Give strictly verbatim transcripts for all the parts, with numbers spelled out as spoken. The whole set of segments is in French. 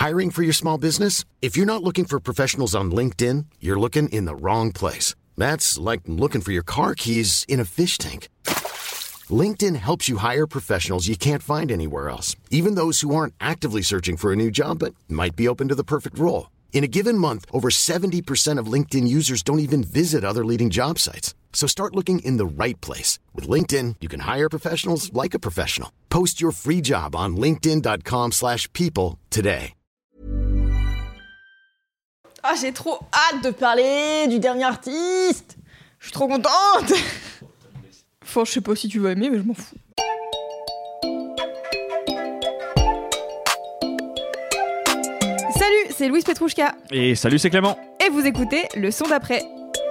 Hiring for your small business? If you're not looking for professionals on LinkedIn, you're looking in the wrong place. That's like looking for your car keys in a fish tank. LinkedIn helps you hire professionals you can't find anywhere else, even those who aren't actively searching for a new job but might be open to the perfect role. In a given month, over seventy percent of LinkedIn users don't even visit other leading job sites. So start looking in the right place. With LinkedIn, you can hire professionals like a professional. Post your free job on linkedin.com slash people today. Ah, j'ai trop hâte de parler du dernier artiste. Je suis trop contente. Enfin, je sais pas si tu vas aimer, mais je m'en fous. Salut, c'est Louise Petrouchka. Et salut, c'est Clément. Et vous écoutez Le Son d'après.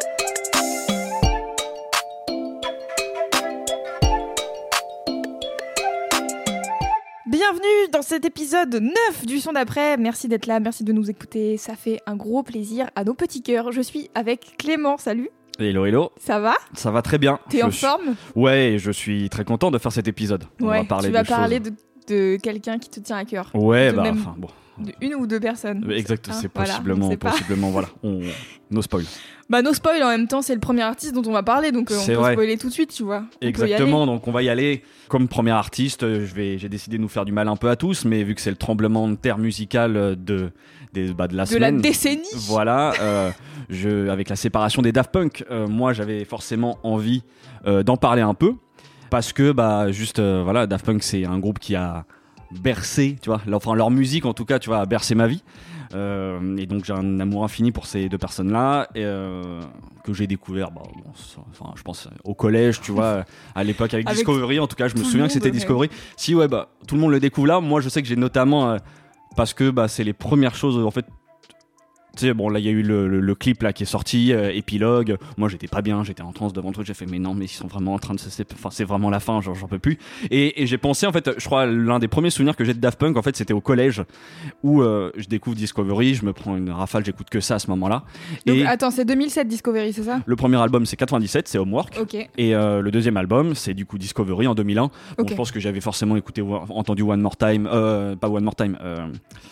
Bienvenue dans cet épisode neuf du Son d'après. Merci d'être là, merci de nous écouter. Ça fait un gros plaisir à nos petits cœurs. Je suis avec Clément, salut. Hello, hello. Ça va ? Ça va très bien. T'es je en suis... forme ? Ouais, je suis très content de faire cet épisode. On ouais, va parler tu vas de parler choses... de, de quelqu'un qui te tient à cœur. Ouais, de bah, même... enfin, bon. De une ou deux personnes. Exact, hein, c'est voilà, possiblement, possiblement, voilà. On... No spoil. Bah, no spoil, en même temps, c'est le premier artiste dont on va parler, donc euh, on c'est peut vrai. spoiler tout de suite, tu vois. On Exactement, donc on va y aller. Comme premier artiste, je vais, j'ai décidé de nous faire du mal un peu à tous, mais vu que c'est le tremblement de terre musical de, de, bah, de la de semaine. De la décennie. Voilà, euh, je, avec la séparation des Daft Punk, euh, moi j'avais forcément envie euh, d'en parler un peu, parce que, bah, juste, euh, voilà, Daft Punk, c'est un groupe qui a bercé, tu vois, enfin leur musique en tout cas, tu vois, a bercé ma vie. Euh, et donc j'ai un amour infini pour ces deux personnes-là et, euh, que j'ai découvert, bah, bon, enfin, je pense au collège, tu vois, à l'époque avec, avec Discovery. En tout cas, je me souviens que c'était Discovery. Mais... Si ouais, bah tout le monde le découvre là. Moi, je sais que j'ai notamment euh, parce que bah c'est les premières choses en fait. Tu sais, bon, là, il y a eu le, le, le clip là qui est sorti, euh, épilogue. Moi, j'étais pas bien, j'étais en transe devant le truc. J'ai fait, mais non, mais ils sont vraiment en train de se. Enfin, c'est vraiment la fin, genre, j'en peux plus. Et, et j'ai pensé, en fait, je crois, l'un des premiers souvenirs que j'ai de Daft Punk, en fait, c'était au collège où euh, je découvre Discovery, je me prends une rafale, j'écoute que ça à ce moment-là. Donc, et attends, c'est deux mille sept Discovery, c'est ça ? Le premier album, c'est quatre-vingt-dix-sept, c'est Homework. Ok. Et euh, le deuxième album, c'est du coup Discovery en deux mille un. Bon, okay. Je pense que j'avais forcément écouté, entendu One More Time, euh, pas One More Time, euh,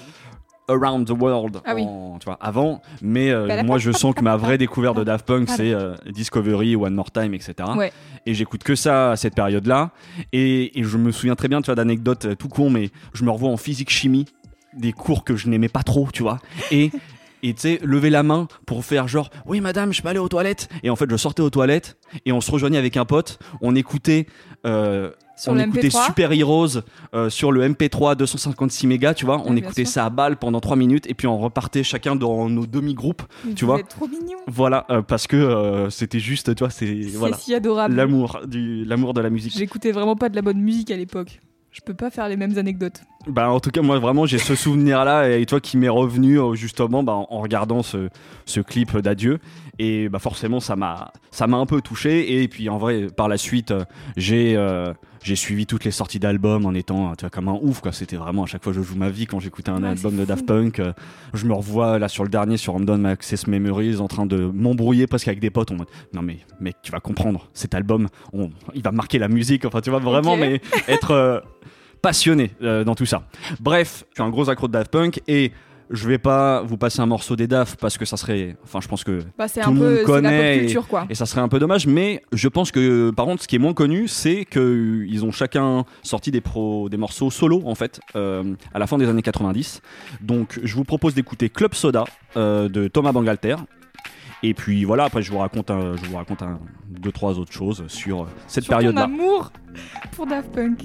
Around the World ah oui. en, tu vois, avant, mais euh, moi je sens que ma vraie découverte de Daft Punk c'est euh, Discovery, One More Time, et cetera. Ouais. Et j'écoute que ça à cette période-là. Et, et je me souviens très bien, tu vois, d'anecdotes euh, tout con, mais je me revois en physique-chimie, des cours que je n'aimais pas trop, tu vois. Et et tu sais, lever la main pour faire genre oui madame, je peux aller aux toilettes. Et en fait, je sortais aux toilettes et on se rejoignait avec un pote, on écoutait. Euh, Sur on le écoutait M P trois Super Heroes euh, sur le M P trois deux cent cinquante-six mégas, tu vois. On oui, écoutait ça à balle pendant trois minutes et puis on repartait chacun dans nos demi-groupes, mais tu vous vois. êtes trop mignon. Voilà, euh, parce que euh, c'était juste, tu vois, c'est, c'est voilà, si adorable. L'amour, du, l'amour de la musique. J'écoutais vraiment pas de la bonne musique à l'époque. Je peux pas faire les mêmes anecdotes. Bah en tout cas moi vraiment j'ai ce souvenir là et toi qui m'est revenu justement bah, en regardant ce, ce clip d'adieu et bah forcément ça m'a ça m'a un peu touché et puis en vrai par la suite j'ai euh, j'ai suivi toutes les sorties d'albums en étant tu vois comme un ouf quoi. C'était vraiment à chaque fois je joue ma vie quand j'écoutais un ouais, album de Daft Punk. Euh, je me revois là sur le dernier sur Random Access Memories en train de m'embrouiller presque avec des potes en mode non mais mec tu vas comprendre cet album on, il va marquer la musique enfin tu vois vraiment okay. Mais être euh, passionné euh, dans tout ça. Bref, je suis un gros accro de Daft Punk et je vais pas vous passer un morceau des Daft parce que ça serait, enfin je pense que bah, c'est tout un le peu, monde connaît c'est la pop culture, quoi. Et, et ça serait un peu dommage. Mais je pense que par contre, ce qui est moins connu, c'est que ils ont chacun sorti des pro, des morceaux solo en fait euh, à la fin des années quatre-vingt-dix. Donc je vous propose d'écouter Club Soda euh, de Thomas Bangalter. Et puis voilà, après je vous raconte, un, je vous raconte un, deux trois autres choses sur cette sur période-là. Ton amour pour Daft Punk.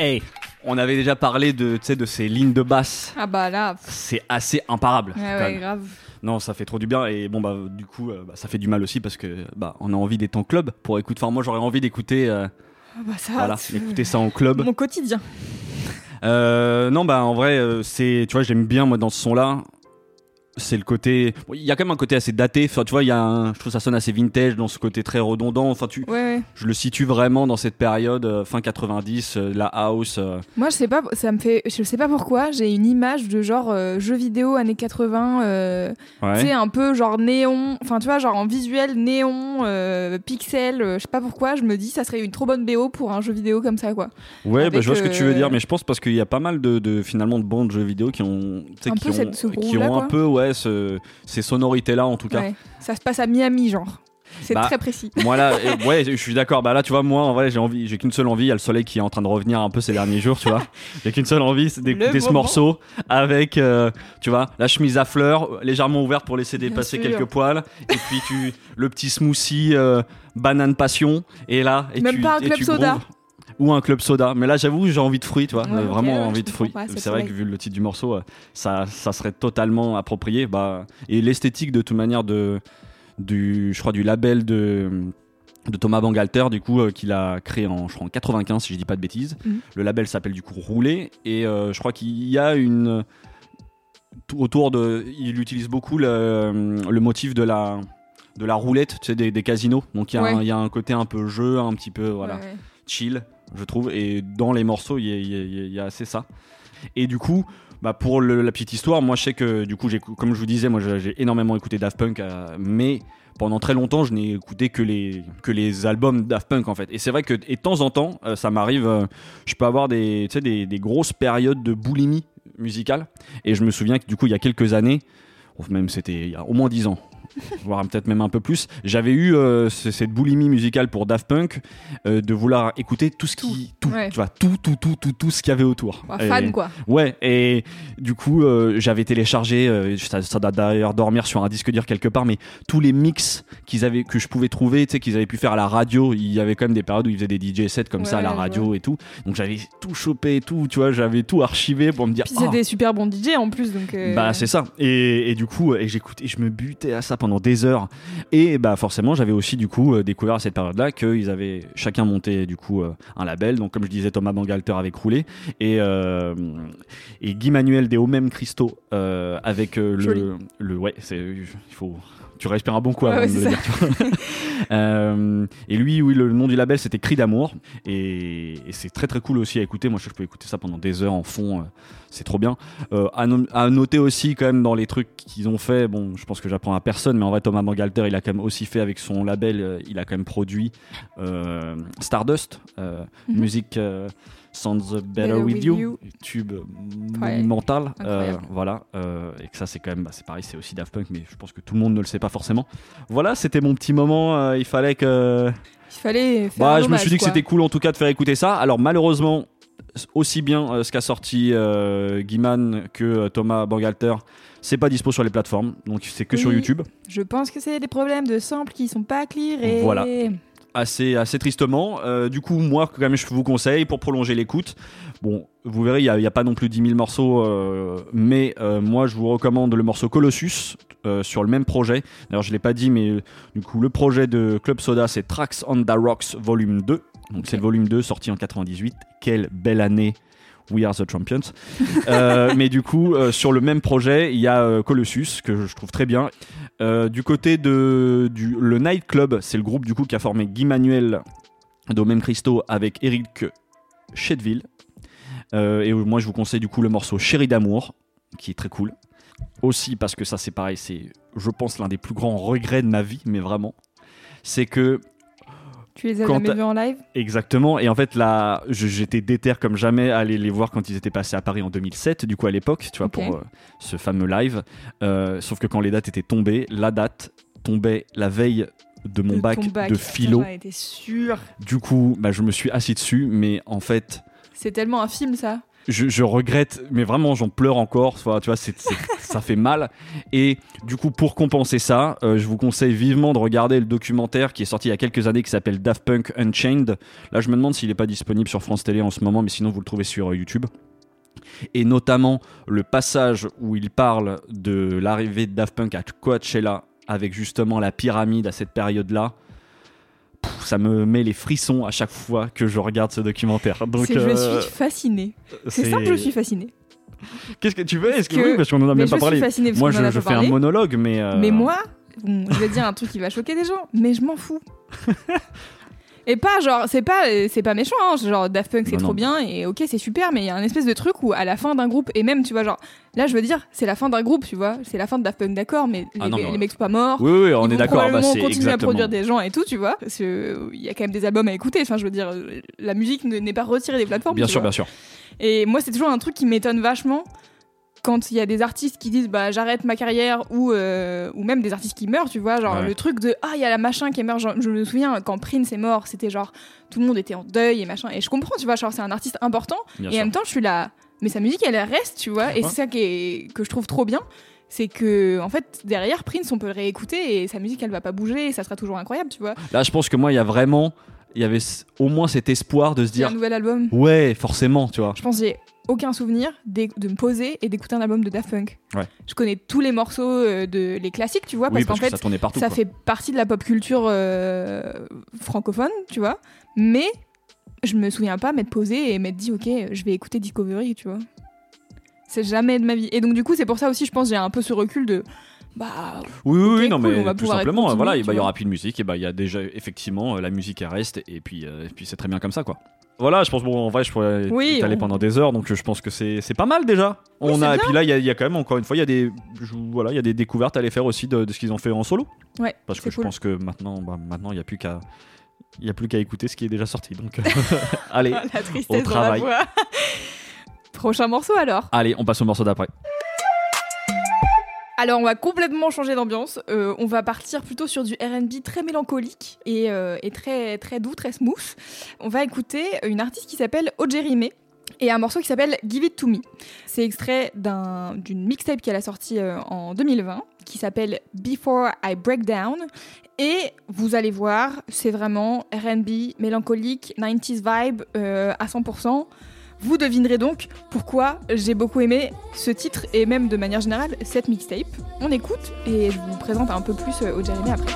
hey, on avait déjà parlé de, tu sais, de ces lignes de basse. Ah bah là. Pff. C'est assez imparable. Ouais, quand ouais, même. grave. Non, ça fait trop du bien et bon bah du coup euh, bah, ça fait du mal aussi parce que bah on a envie d'être en club pour écouter. Enfin moi j'aurais envie d'écouter. Euh, Ah bah ça. voilà, tu- écouter ça en club. Mon quotidien. Euh, non bah en vrai euh, c'est, tu vois, j'aime bien moi dans ce son là. C'est le côté, il bon, y a quand même un côté assez daté. Enfin tu vois, il y a un, je trouve ça sonne assez vintage dans ce côté très redondant. Enfin tu, Ouais, ouais. je le situe vraiment dans cette période euh, fin quatre-vingt-dix, euh, la house. Euh, Moi, je sais pas, ça me fait, je sais pas pourquoi, j'ai une image de genre euh, jeu vidéo années quatre-vingts, euh, ouais. tu sais, un peu genre néon, enfin tu vois, genre en visuel néon, euh, pixel, euh, je sais pas pourquoi, je me dis ça serait une trop bonne B O pour un jeu vidéo comme ça, quoi. Ouais, Avec, bah, je vois ce que tu veux euh, dire, mais je pense parce qu'il y a pas mal de, de finalement de bandes de jeux vidéo qui ont, tu sais, Un qui peu ont, cette- ce qui groove-là, ont un quoi. peu ouais ce, ces sonorités là en tout cas. Ouais. Ça se passe à Miami, genre. C'est Bah, très précis. Moi là, euh, ouais, je suis d'accord. Bah là, tu vois, moi, en vrai, j'ai envie, j'ai qu'une seule envie. Il y a le soleil qui est en train de revenir un peu ces derniers jours, tu vois. J'ai qu'une seule envie, c'est d'écouter Le ce moment. morceau avec, euh, tu vois, la chemise à fleurs légèrement ouverte pour laisser Bien dépasser sûr. quelques poils, et puis tu, le petit smoothie euh, banane passion, et là, et Même tu, pas un et club tu soda. grooves. Ou un club soda. Mais là, j'avoue, j'ai envie de fruits, tu vois. Ouais, euh, ok, vraiment ouais, envie je de comprends fruits. pas, c'est C'est vrai que soleil. vu le titre du morceau, euh, ça, ça serait totalement approprié. Bah, et l'esthétique de toute manière de, du, je crois, du label de de Thomas Bangalter, du coup, euh, qu'il a créé en, je crois, en quatre-vingt-quinze, si je dis pas de bêtises. Mhm. Le label s'appelle du coup Rouler, et euh, je crois qu'il y a une tout autour de, il utilise beaucoup le, le motif de la de la roulette, tu sais, des, des casinos. Donc il y, a Ouais. un- il y a un côté un peu jeu, un petit peu voilà Ouais, ouais. chill, je trouve. Et dans les morceaux, il y, a- il y a- il y a assez ça. Et du coup, bah pour le- la petite histoire, moi je sais que du coup, j'ai, comme je vous disais, moi j'ai j'ai énormément écouté Daft Punk, euh, mais pendant très longtemps, je n'ai écouté que les, que les albums Daft Punk en fait. Et c'est vrai que et de temps en temps, euh, ça m'arrive, euh, je peux avoir des, tu sais, des, des grosses périodes de boulimie musicale. Et je me souviens que du coup, il y a quelques années, même c'était il y a au moins dix ans, voire peut-être même un peu plus, j'avais eu euh, c- cette boulimie musicale pour Daft Punk, euh, de vouloir écouter tout ce qui, tout, Ouais. tu vois, tout, tout, tout, tout, tout ce qu'il y avait autour. Bah, Et- fan, quoi. Ouais, et du coup, euh, j'avais téléchargé, euh, ça, ça doit d'ailleurs dormir sur un disque dur quelque part, mais tous les mix qu'ils avaient, que je pouvais trouver, tu sais, qu'ils avaient pu faire à la radio. Il y avait quand même des périodes où ils faisaient des D J sets comme Ouais, ça à la je radio vois. et tout. Donc j'avais tout chopé et tout, tu vois, j'avais tout archivé pour me dire. Puis Ah, c'est des super bons D J en plus, donc. euh, bah c'est ça. Et, et du coup, et j'écoutais, je me butais à ça pendant des heures. Et bah forcément, j'avais aussi du coup euh, découvert à cette période-là qu'ils avaient chacun monté du coup euh, un label. Donc comme je disais, Thomas Bangalter avec Roulé et euh, et Guy Manuel des Hauts Mêmes Cristaux euh, avec euh, Joli. le le ouais, c'est il faut. Tu respires un bon coup Ouais, avant ouais, de c'est le dire. tu vois. Euh, et lui, oui, le nom du label c'était Cri d'amour. Et, et c'est très très cool aussi à écouter. Moi, je peux écouter ça pendant des heures en fond. euh, c'est trop bien. Euh, à, no- à noter aussi quand même dans les trucs qu'ils ont fait. Bon, je pense que j'apprends à personne, mais en vrai, Thomas Bangalter, il a quand même aussi fait avec son label. euh, il a quand même produit euh, Stardust, euh, Mhm. musique. euh, Sounds Better, Better With With You, You. tube euh, Ouais. monumental, euh, Incroyable. voilà, euh, et que ça c'est quand même, bah, c'est pareil, c'est aussi Daft Punk, mais je pense que tout le monde ne le sait pas forcément. Voilà, c'était mon petit moment, euh, il fallait que, Il fallait faire bah, un je me hommage, suis dit que quoi. c'était cool en tout cas de faire écouter ça. Alors malheureusement, aussi bien euh, ce qu'a sorti euh, Guiman que euh, Thomas Bangalter, c'est pas dispo sur les plateformes, donc c'est que sur Oui. YouTube. Je pense que c'est des problèmes de samples qui sont pas clear et. Voilà. Assez, assez tristement. Euh, du coup, moi, quand même, je vous conseille pour prolonger l'écoute. Bon, vous verrez, il n'y a, il y a pas non plus dix mille morceaux, euh, mais euh, moi, je vous recommande le morceau Colossus euh, sur le même projet. D'ailleurs, je ne l'ai pas dit, mais euh, du coup, le projet de Club Soda, c'est Tracks on the Rocks Volume deux. Donc, c'est le volume deux sorti en quatre-vingt-dix-huit. Quelle belle année! We are the champions. euh, mais du coup, euh, sur le même projet, il y a euh, Colossus que je trouve très bien. Euh, du côté de du le Night Club, c'est le groupe du coup qui a formé Guy Manuel de Même Christo avec Eric Cheteville. Euh, et moi, je vous conseille du coup le morceau Chéri d'amour, qui est très cool. Aussi parce que ça, c'est pareil, c'est, je pense, l'un des plus grands regrets de ma vie, mais vraiment, c'est que Tu les as Quand jamais t'as- vus en live? exactement. Et en fait, là, je- j'étais déter comme jamais à aller les voir quand ils étaient passés à Paris en deux mille sept, du coup, à l'époque, tu vois, Ok. pour euh, ce fameux live. Euh, sauf que quand les dates étaient tombées, la date tombait la veille de mon De bac, ton bac. de Putain, philo. J'en étais sûre. Du coup, bah, je me suis assis dessus, mais en fait, C'est tellement un film, ça. je, je regrette, mais vraiment j'en pleure encore, soit, tu vois, c'est, c'est, ça fait mal. Et du coup, pour compenser ça, euh, je vous conseille vivement de regarder le documentaire qui est sorti il y a quelques années qui s'appelle Daft Punk Unchained. Là, je me demande s'il n'est pas disponible sur France Télé en ce moment, mais sinon vous le trouvez sur euh, YouTube. Et notamment le passage où il parle de l'arrivée de Daft Punk à Coachella avec justement la pyramide à cette période-là. Pff, ça me met les frissons à chaque fois que je regarde ce documentaire. Donc, c'est, euh, je suis fascinée. C'est, c'est simple, je suis fascinée. Qu'est-ce que tu veux Est-ce que, que... oui, parce qu'on en a mais même pas parlé. Moi, je, je fais parlé. un monologue, mais. Euh... Mais moi, bon, je vais dire un truc qui va choquer des gens, mais je m'en fous. Et pas genre, c'est pas, c'est pas méchant, hein, genre Daft Punk c'est non, trop non. bien et ok c'est super, mais il y a un espèce de truc où à la fin d'un groupe, et même tu vois, genre là je veux dire, c'est la fin d'un groupe, tu vois, c'est la fin de Daft Punk, d'accord, mais les, ah non, mais les mecs sont pas morts. Oui, oui, on est d'accord. Ils vont bah, c'est continuer exactement. à produire des gens et tout, tu vois, parce qu'il y a quand même des albums à écouter, enfin je veux dire, la musique n'est pas retirée des plateformes. Bien sûr, vois. bien sûr. Et moi c'est toujours un truc qui m'étonne vachement. Quand il y a des artistes qui disent bah j'arrête ma carrière ou euh, ou même des artistes qui meurent, tu vois, genre ouais. le truc de ah il y a la machin qui est mort, genre, je me souviens quand Prince est mort, c'était genre tout le monde était en deuil et machin, et je comprends, tu vois, genre c'est un artiste important. Bien et sûr. En même temps je suis là, mais sa musique elle reste, tu vois, et ouais. c'est ça qui est, que je trouve trop bien, c'est que en fait derrière Prince on peut le réécouter et sa musique elle va pas bouger et ça sera toujours incroyable, tu vois. Là je pense que moi il y a vraiment il y avait au moins cet espoir de se dire un nouvel album. Ouais, forcément, tu vois. Je pense que j'ai aucun souvenir de me poser et d'écouter un album de Daft Punk. Ouais. Je connais tous les morceaux de les classiques, tu vois, parce, oui, parce qu'en que fait ça tournait partout, ça quoi. fait partie de la pop culture euh, francophone, tu vois. Mais je me souviens pas m'être posée et m'être dit ok, je vais écouter Discovery, tu vois. C'est jamais de ma vie. Et donc du coup c'est pour ça aussi, je pense, j'ai un peu ce recul de bah oui oui, okay, non cool, mais tout simplement voilà, il bah, y aura plus de musique et bah il y a déjà effectivement la musique elle reste et puis euh, et puis c'est très bien comme ça, quoi. Voilà, je pense bon en vrai je pourrais oui, t'aller on... pendant des heures, donc je pense que c'est c'est pas mal déjà. Oui, on a bien. Et puis là il y, y a quand même encore une fois il y a des je, voilà il y a des découvertes à aller faire aussi de, de ce qu'ils ont fait en solo. Ouais. Parce que cool. je pense que maintenant bah maintenant il y a plus qu'à il y a plus qu'à écouter ce qui est déjà sorti, donc allez la tristesse au travail. Dans la voix. Prochain morceau alors. Allez, on passe au morceau d'après. Alors on va complètement changer d'ambiance, euh, on va partir plutôt sur du R and B très mélancolique et, euh, et très, très doux, très smooth. On va écouter une artiste qui s'appelle Ojerime et un morceau qui s'appelle Give It To Me. C'est extrait d'un, d'une mixtape qu'elle a sortie euh, en deux mille vingt qui s'appelle Before I Break Down, et vous allez voir, c'est vraiment R and B mélancolique, quatre-vingt-dix vibe euh, à cent pour cent. Vous devinerez donc pourquoi j'ai beaucoup aimé ce titre et même de manière générale cette mixtape. On écoute et je vous présente un peu plus Ojerime après.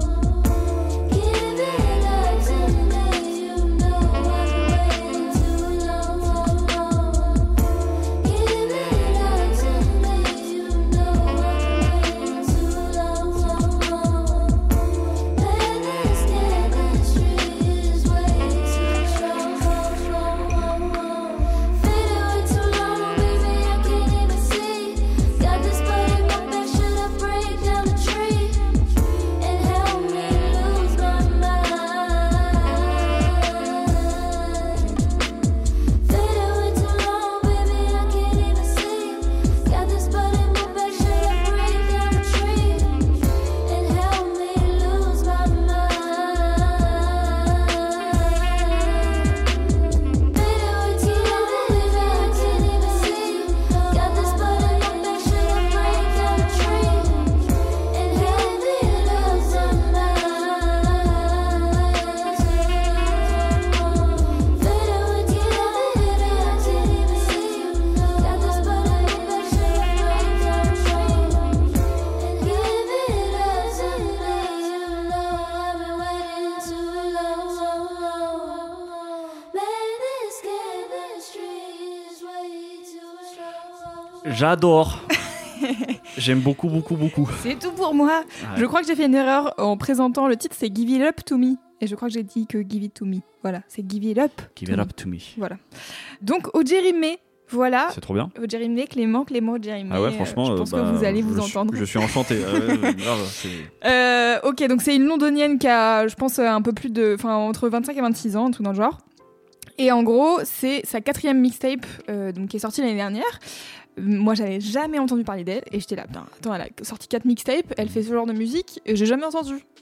J'adore. J'aime beaucoup, beaucoup, beaucoup. C'est tout pour moi. Ouais. Je crois que j'ai fait une erreur en présentant le titre, c'est Give It Up To Me. Et je crois que j'ai dit que Give It To Me. Voilà, c'est Give It Up Give to It me. Up To Me. Voilà. Donc, Ojerime, voilà. C'est trop bien. Ojerime, Clément, Clément, Ojerime. Ah ouais, franchement, euh, je pense bah, que vous allez vous je entendre. Suis, je suis enchanté. euh, grave, c'est... Euh, ok, donc c'est une londonienne qui a, je pense, un peu plus de... Enfin, entre vingt-cinq et vingt-six ans, tout dans le genre. Et en gros, c'est sa quatrième mixtape, euh, donc, qui est sortie l'année dernière. Moi, j'avais jamais entendu parler d'elle et j'étais là, putain, attends, elle a sorti quatre mixtapes, elle fait ce genre de musique et j'ai jamais entendu.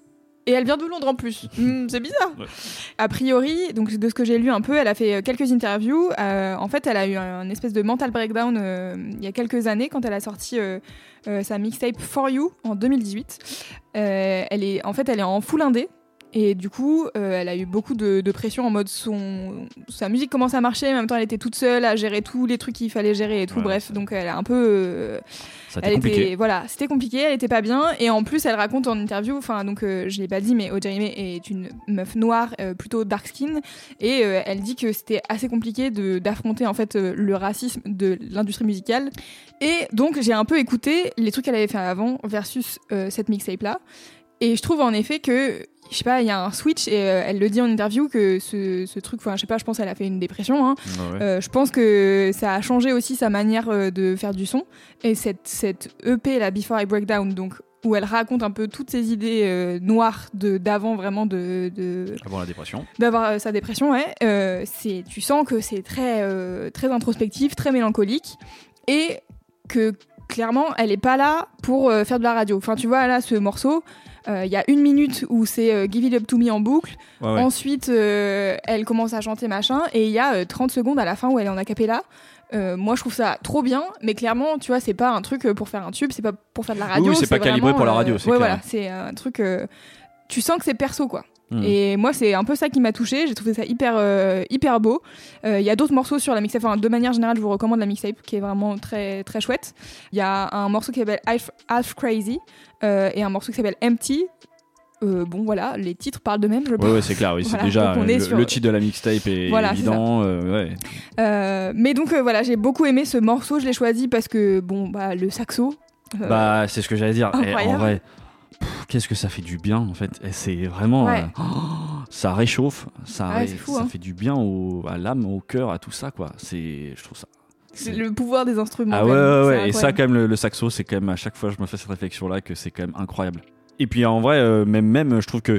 Et elle vient de Londres en plus. Mmh, c'est bizarre. Ouais. A priori, donc de ce que j'ai lu un peu, elle a fait quelques interviews. Euh, en fait, elle a eu un, un espèce de mental breakdown euh, il y a quelques années quand elle a sorti euh, euh, sa mixtape For You en deux mille dix-huit. Euh, elle est, en fait, elle est en full indé. Et du coup, euh, elle a eu beaucoup de, de pression en mode son, sa musique commence à marcher, en même temps elle était toute seule à gérer tous les trucs qu'il fallait gérer et tout. Ouais, bref, donc elle a un peu. Euh, Ça a été compliqué. Était, voilà, c'était compliqué, elle était pas bien. Et en plus, elle raconte en interview, enfin, donc euh, je l'ai pas dit, mais Ojerime est une meuf noire, euh, plutôt dark skin. Et euh, elle dit que c'était assez compliqué de, d'affronter en fait euh, le racisme de l'industrie musicale. Et donc, j'ai un peu écouté les trucs qu'elle avait fait avant versus euh, cette mixtape là. Et je trouve en effet que. Je sais pas, il y a un switch et euh, elle le dit en interview que ce, ce truc, enfin je sais pas, je pense qu'elle a fait une dépression. Hein. Ouais. Euh, je pense que ça a changé aussi sa manière euh, de faire du son. Et cette, cette E P, la Before I Break Down, donc, où elle raconte un peu toutes ses idées euh, noires de, d'avant vraiment de, de... Avant la dépression. D'avoir euh, sa dépression, ouais. Euh, c'est, tu sens que c'est très, euh, très introspectif, très mélancolique. Et que clairement, elle est pas là pour euh, faire de la radio. Enfin, tu vois, là, ce morceau... Il euh, y a une minute où c'est euh, Give It Up To Me en boucle. Ouais, ouais. Ensuite, euh, elle commence à chanter machin. Et il y a euh, trente secondes à la fin où elle est en acapella. Euh, moi, je trouve ça trop bien. Mais clairement, tu vois, c'est pas un truc pour faire un tube. C'est pas pour faire de la radio. Oui, c'est, c'est pas calibré vraiment, pour la radio. C'est ouais, clair. Voilà, c'est un truc... Euh, tu sens que c'est perso, quoi. Mmh. Et moi, c'est un peu ça qui m'a touchée. J'ai trouvé ça hyper, euh, hyper beau. Il euh, y a d'autres morceaux sur la mixtape. Enfin, de manière générale, je vous recommande la mixtape, qui est vraiment très, très chouette. Il y a un morceau qui s'appelle Half, Half Crazy euh, et un morceau qui s'appelle Empty. Euh, bon voilà, les titres parlent d'eux-mêmes, je pense. Ouais, ouais, c'est clair, oui, voilà, c'est déjà le, sur... le titre de la mixtape est voilà, évident. C'est euh, ouais. euh, mais donc euh, voilà, j'ai beaucoup aimé ce morceau, je l'ai choisi parce que bon bah le saxo. Euh, bah c'est ce que j'allais dire. Et en vrai, pff, qu'est-ce que ça fait du bien en fait. Et c'est vraiment, ouais. euh, oh, ça réchauffe, ça, ouais, ré... fou, ça hein. fait du bien au, à l'âme, au cœur, à tout ça quoi. C'est, je trouve ça. C'est le pouvoir des instruments. Ah ouais, ouais, ouais. Et ça, quand même, le, le saxo, c'est quand même, à chaque fois, je me fais cette réflexion-là, que c'est quand même incroyable. Et puis, en vrai, euh, même, même, je trouve que,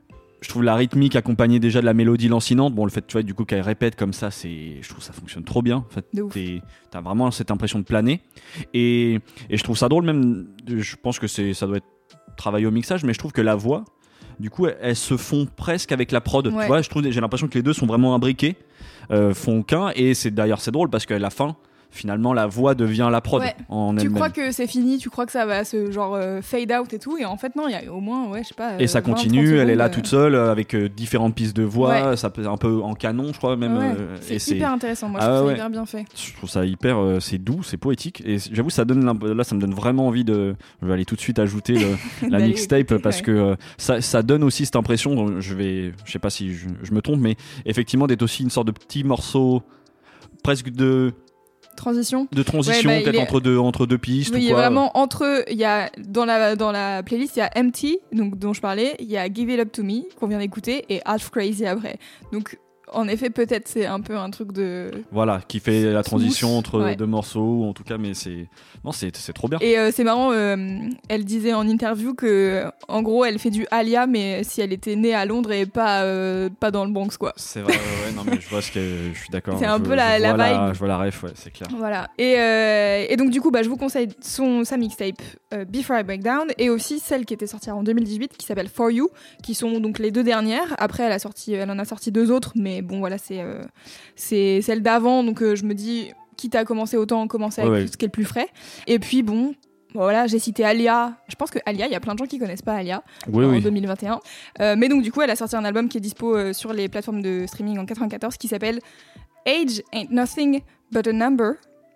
je trouve la rythmique accompagnée déjà de la mélodie lancinante. Bon, le fait, tu vois, du coup, qu'elle répète comme ça, c'est, je trouve que ça fonctionne trop bien. En fait, t'es, t'as vraiment cette impression de planer. Et, et je trouve ça drôle, même, je pense que c'est, ça doit être travaillé au mixage, mais je trouve que la voix, du coup, elles, elles se font presque avec la prod. Ouais. Tu vois, je trouve, j'ai l'impression que les deux sont vraiment imbriqués. Euh, font qu'un, et c'est d'ailleurs c'est drôle parce qu'à la fin finalement la voix devient la prod ouais. en tu elle-même. Crois que c'est fini, tu crois que ça va se genre euh, fade out et tout, et en fait non, il y a au moins ouais je sais pas et euh, ça continue, elle est là euh... toute seule avec euh, différentes pistes de voix, ouais. Ça peut un peu en canon je crois même. Ouais. Euh, c'est et hyper c'est... intéressant, moi je ah, trouve ouais. ça hyper bien fait. Je trouve ça hyper euh, c'est doux, c'est poétique, et j'avoue ça donne là ça me donne vraiment envie de, je vais aller tout de suite ajouter le, la mixtape écouter, parce ouais. que euh, ça, ça donne aussi cette impression, je vais je sais pas si je, je me trompe, mais effectivement d'être aussi une sorte de petit morceau presque de transition de transition ouais, bah, peut-être est... entre deux entre deux pistes oui, ou il quoi. Y a vraiment entre il y a dans la dans la playlist il y a Empty donc dont je parlais, il y a Give It Up To Me qu'on vient d'écouter et Half Crazy après. Donc en effet, peut-être c'est un peu un truc de voilà qui fait la transition smooth, entre ouais. deux morceaux, en tout cas, mais c'est non c'est c'est trop bien. Et euh, c'est marrant, euh, elle disait en interview que en gros elle fait du Alia, mais si elle était née à Londres et pas euh, pas dans le Bronx quoi. C'est vrai, ouais, ouais, non mais je vois ce que je suis d'accord. C'est un je, peu la, je la vibe. La, je vois la ref, ouais, c'est clair. Voilà. Et euh, et donc du coup bah je vous conseille son sa mixtape euh, Before I Break Down et aussi celle qui était sortie en deux mille dix-huit qui s'appelle For You, qui sont donc les deux dernières. Après elle a sorti, elle en a sorti deux autres, mais bon voilà c'est euh, c'est celle d'avant, donc euh, je me dis quitte à commencer autant commencer avec ouais, ouais. ce qui est le plus frais. Et puis bon voilà, j'ai cité Alia. Je pense que Alia, il y a plein de gens qui connaissent pas Alia oui, en oui. deux mille vingt et un. Euh, mais donc du coup, elle a sorti un album qui est dispo euh, sur les plateformes de streaming en quatre-vingt-quatorze qui s'appelle Age Ain't Nothing But a Number.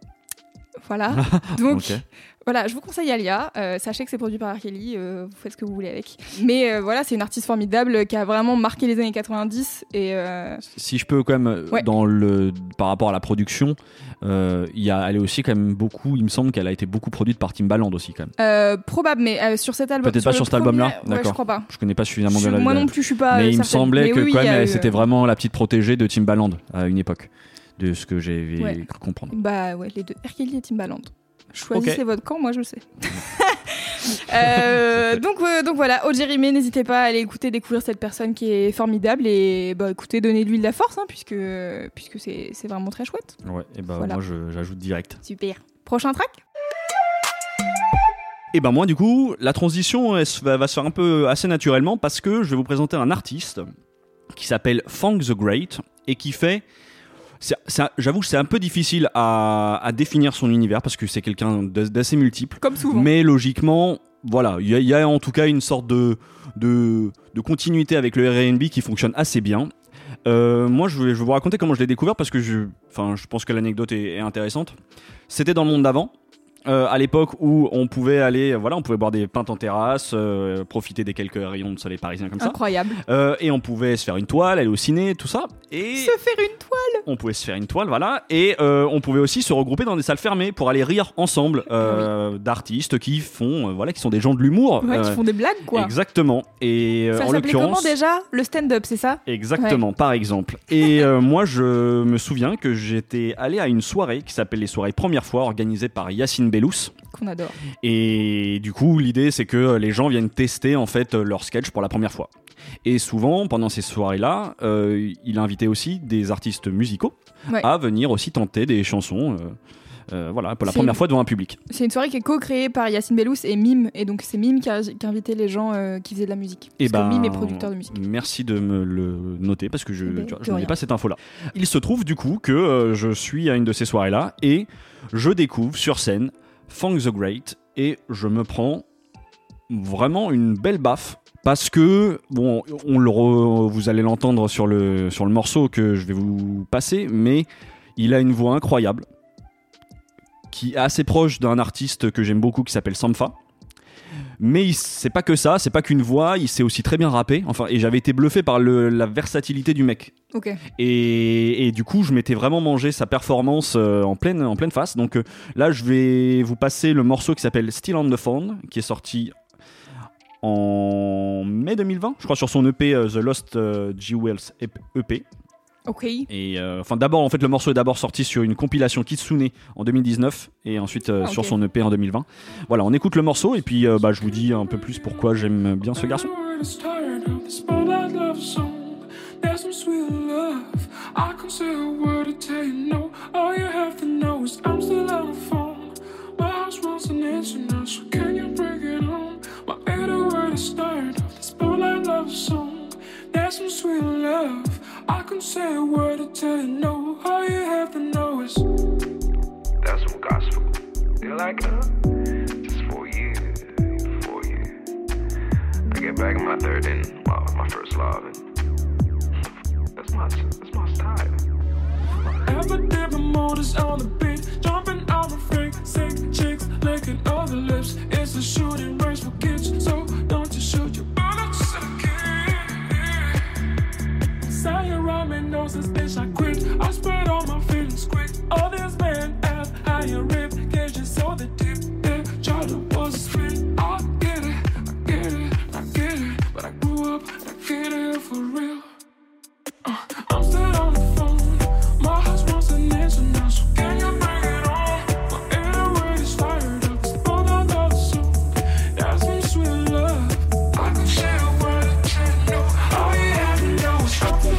Voilà. Donc okay. Voilà, je vous conseille Alia. Euh, sachez que c'est produit par R. Kelly. Euh, vous faites ce que vous voulez avec. Mais euh, voilà, c'est une artiste formidable qui a vraiment marqué les années quatre-vingt-dix. Et euh... si je peux quand même, ouais. dans le par rapport à la production, euh, y a, elle est aussi quand même beaucoup. Il me semble qu'elle a été beaucoup produite par Timbaland aussi quand même. Euh, probable, mais euh, sur cet album. Peut-être pas sur cet album-là. Ouais, d'accord. je crois pas. Je connais pas suffisamment je, bien la. Moi non plus, je suis pas. Mais euh, il me semblait mais que oui, quand même, eu... c'était vraiment la petite protégée de Timbaland à une époque, de ce que j'ai ouais. cru comprendre. Bah ouais, les deux, R. Kelly et Timbaland. Choisissez okay. votre camp, moi je le sais. euh, donc, euh, donc voilà, Ojerime, n'hésitez pas à aller écouter, découvrir cette personne qui est formidable et bah, écoutez, donnez-lui de la force, hein, puisque, puisque c'est, c'est vraiment très chouette. Ouais, et bah voilà. Moi je, j'ajoute direct. Super. Prochain track ? Et ben moi du coup, la transition elle, va, va se faire un peu assez naturellement parce que je vais vous présenter un artiste qui s'appelle Funk the Great et qui fait... C'est, c'est, j'avoue que c'est un peu difficile à, à définir son univers parce que c'est quelqu'un d'assez multiple. Comme souvent. Mais logiquement, voilà, il y, y a en tout cas une sorte de, de, de continuité avec le R and B qui fonctionne assez bien. Euh, moi, je vais, je vais vous raconter comment je l'ai découvert parce que je, enfin, je pense que l'anecdote est, est intéressante. C'était dans le monde d'avant. Euh, à l'époque où on pouvait aller, voilà, on pouvait boire des pintes en terrasse, euh, profiter des quelques rayons de soleil parisiens comme ça. Incroyable. Euh, et on pouvait se faire une toile, aller au ciné, tout ça. Et se faire une toile. On pouvait se faire une toile, voilà. Et euh, on pouvait aussi se regrouper dans des salles fermées pour aller rire ensemble euh, oui. d'artistes qui font, euh, voilà, qui sont des gens de l'humour, ouais, euh, qui font des blagues, quoi. Exactement. Et euh, ça en s'appelait l'occurrence, comment déjà ? Le stand-up, c'est ça ? Exactement, ouais. Par exemple. Et euh, moi, je me souviens que j'étais allé à une soirée qui s'appelle les soirées Première Fois, organisée par Yacine Bellous. Qu'on adore. Et du coup, l'idée, c'est que les gens viennent tester en fait leur sketch pour la première fois. Et souvent, pendant ces soirées-là, euh, il invitait aussi des artistes musicaux ouais. à venir aussi tenter des chansons. Euh, euh, voilà, pour la c'est première une... fois devant un public. C'est une soirée qui est co-créée par Yacine Bellous et Mime, et donc c'est Mime qui a, qui a invité les gens euh, qui faisaient de la musique. Et parce ben, que Mime est producteur de musique. Merci de me le noter parce que je ben, n'avais pas cette info-là. Il se trouve du coup que euh, je suis à une de ces soirées-là et je découvre sur scène Funk the Great et je me prends vraiment une belle baffe. Parce que, bon, on le re, vous allez l'entendre sur le, sur le morceau que je vais vous passer, mais il a une voix incroyable, qui est assez proche d'un artiste que j'aime beaucoup qui s'appelle Sampha. Mais il, c'est pas que ça, c'est pas qu'une voix, il sait aussi très bien rapper. Enfin, et j'avais été bluffé par le, la versatilité du mec. Okay. Et, et du coup, je m'étais vraiment mangé sa performance euh, en, pleine, en pleine face. Donc euh, là, je vais vous passer le morceau qui s'appelle Still on the Phone, qui est sorti en mai deux mille vingt, je crois, sur son E P uh, The Lost uh, Jewels E P. Ok. Et euh, enfin, d'abord, en fait, le morceau est d'abord sorti sur une compilation Kitsune en deux mille dix-neuf et ensuite euh, ah, okay. sur son E P en deux mille vingt. Voilà, on écoute le morceau et puis euh, bah, je vous dis un peu plus pourquoi j'aime bien ce garçon. There's some sweet love. I can say a word to tell you no. All you have to know is that's some gospel. You like it? Just for you, for you. I get back in my third and well, my first love, and that's my that's my style. Ever dip the motors on the beat, jumping on the freak, sick chicks licking all the lips. It's a shooting race for kids, so don't you shoot your bullets. Say you're rhyming nonsense, bitch, I quit. I spread all my feelings quick. All this man ass, how you rip, get you so the deep. Yeah, Charlie was a street. I get it, I get it, I get it. But I grew up, I get it for real. Uh, I'm still on the phone. My house wants an answer now, so can you bring it on? My airway is fired up, it's all I love so. That's some sweet love. I can share a word, I can't know. All you have to know is something.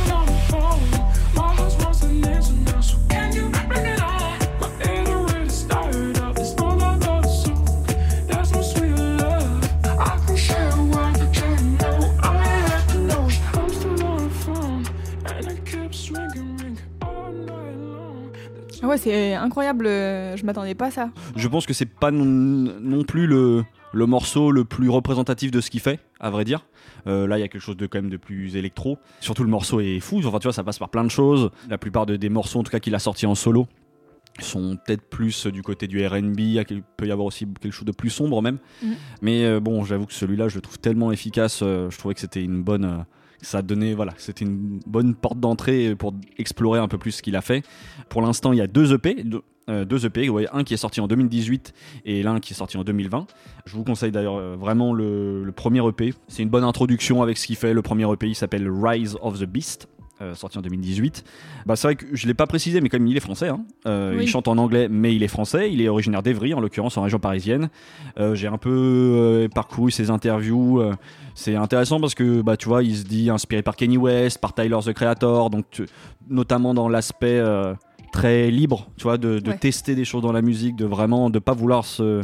Ah ouais, c'est incroyable, je m'attendais pas à ça. Je pense que c'est pas non, non plus le, le morceau le plus représentatif de ce qu'il fait, à vrai dire. Euh, là, il y a quelque chose de quand même de plus électro. Surtout, le morceau est fou. Enfin, tu vois, ça passe par plein de choses. La plupart de, des morceaux, en tout cas, qu'il a sortis en solo, sont peut-être plus du côté du R and B. Il peut y avoir aussi quelque chose de plus sombre même. Mmh. Mais euh, bon, j'avoue que celui-là, je le trouve tellement efficace. Euh, je trouvais que c'était une bonne... Euh, ça donnait, voilà, c'était une bonne porte d'entrée pour explorer un peu plus ce qu'il a fait. Pour l'instant, il y a deux E P, deux, euh, deux E P, ouais, un qui est sorti en deux mille dix-huit et l'un qui est sorti en deux mille vingt. Je vous conseille d'ailleurs euh, vraiment le, le premier E P. C'est une bonne introduction avec ce qu'il fait. Le premier E P, il s'appelle Rise of the Beast. Euh, sorti en deux mille dix-huit. Bah, c'est vrai que je ne l'ai pas précisé, mais comme il est français, hein. euh, oui. Il chante en anglais, mais il est français. Il est originaire d'Evry, en l'occurrence, en région parisienne. Euh, j'ai un peu euh, parcouru ses interviews. Euh, c'est intéressant parce que bah, tu vois, il se dit inspiré par Kanye West, par Tyler the Creator, donc tu, notamment dans l'aspect euh, très libre, tu vois, de, de ouais. tester des choses dans la musique, de vraiment de pas vouloir se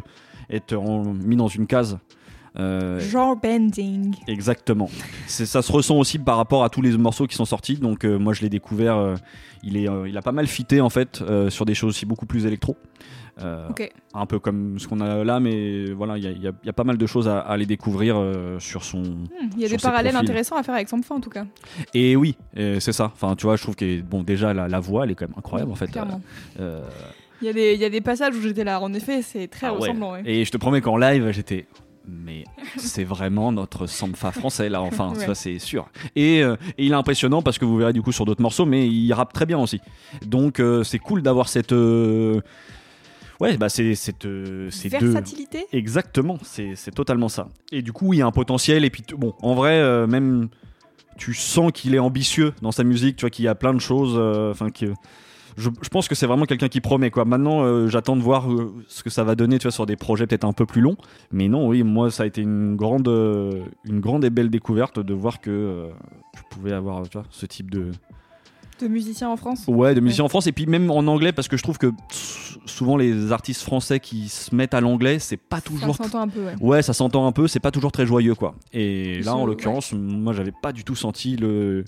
être en- mis dans une case. Euh, Genre bending. Exactement. C'est, ça se ressent aussi par rapport à tous les morceaux qui sont sortis. Donc euh, moi je l'ai découvert, euh, il, est, euh, il a pas mal fité en fait euh, sur des choses aussi beaucoup plus électro. Euh, Ok. Un peu comme ce qu'on a là, mais voilà, il y a, il y a- il y a pas mal de choses à, à aller découvrir euh, sur son. Hmm, Il y a sur des ses parallèles profils. intéressants à faire avec Sampha en tout cas. Et oui, euh, c'est ça. Enfin, tu vois, je trouve que bon, déjà la, la voix, elle est quand même incroyable en fait. Clairement. Euh, Il y, a des- il y a des passages où j'étais là, en effet, c'est très ah ouais. ressemblant. ouais. Et je te promets qu'en live, j'étais. Mais c'est vraiment notre Sampha français là, enfin, Ouais. ça c'est sûr. Et, euh, et il est impressionnant parce que vous verrez du coup sur d'autres morceaux, mais il rappe très bien aussi. Donc euh, c'est cool d'avoir cette. euh, Ouais, bah c'est cette. euh, ces deux. Versatilité. Exactement, c'est, c'est totalement ça. Et du coup, il y a un potentiel. Et puis, t- bon, en vrai, euh, même tu sens qu'il est ambitieux dans sa musique, tu vois, qu'il y a plein de choses. euh, Enfin, que je, je pense que c'est vraiment quelqu'un qui promet, quoi. Maintenant, euh, j'attends de voir euh, ce que ça va donner, tu vois, sur des projets peut-être un peu plus longs. Mais non, oui, moi, ça a été une grande, euh, une grande et belle découverte de voir que euh, je pouvais avoir, tu vois, ce type de. De musiciens en France. Ouais, de musiciens en France et puis même en anglais parce que je trouve que s- souvent les artistes français qui se mettent à l'anglais, c'est pas toujours. Ça s'entend un peu, ouais. Ouais, ça s'entend un peu, c'est pas toujours très joyeux quoi. Et là, Je- en l'occurrence, moi, j'avais pas du tout senti le,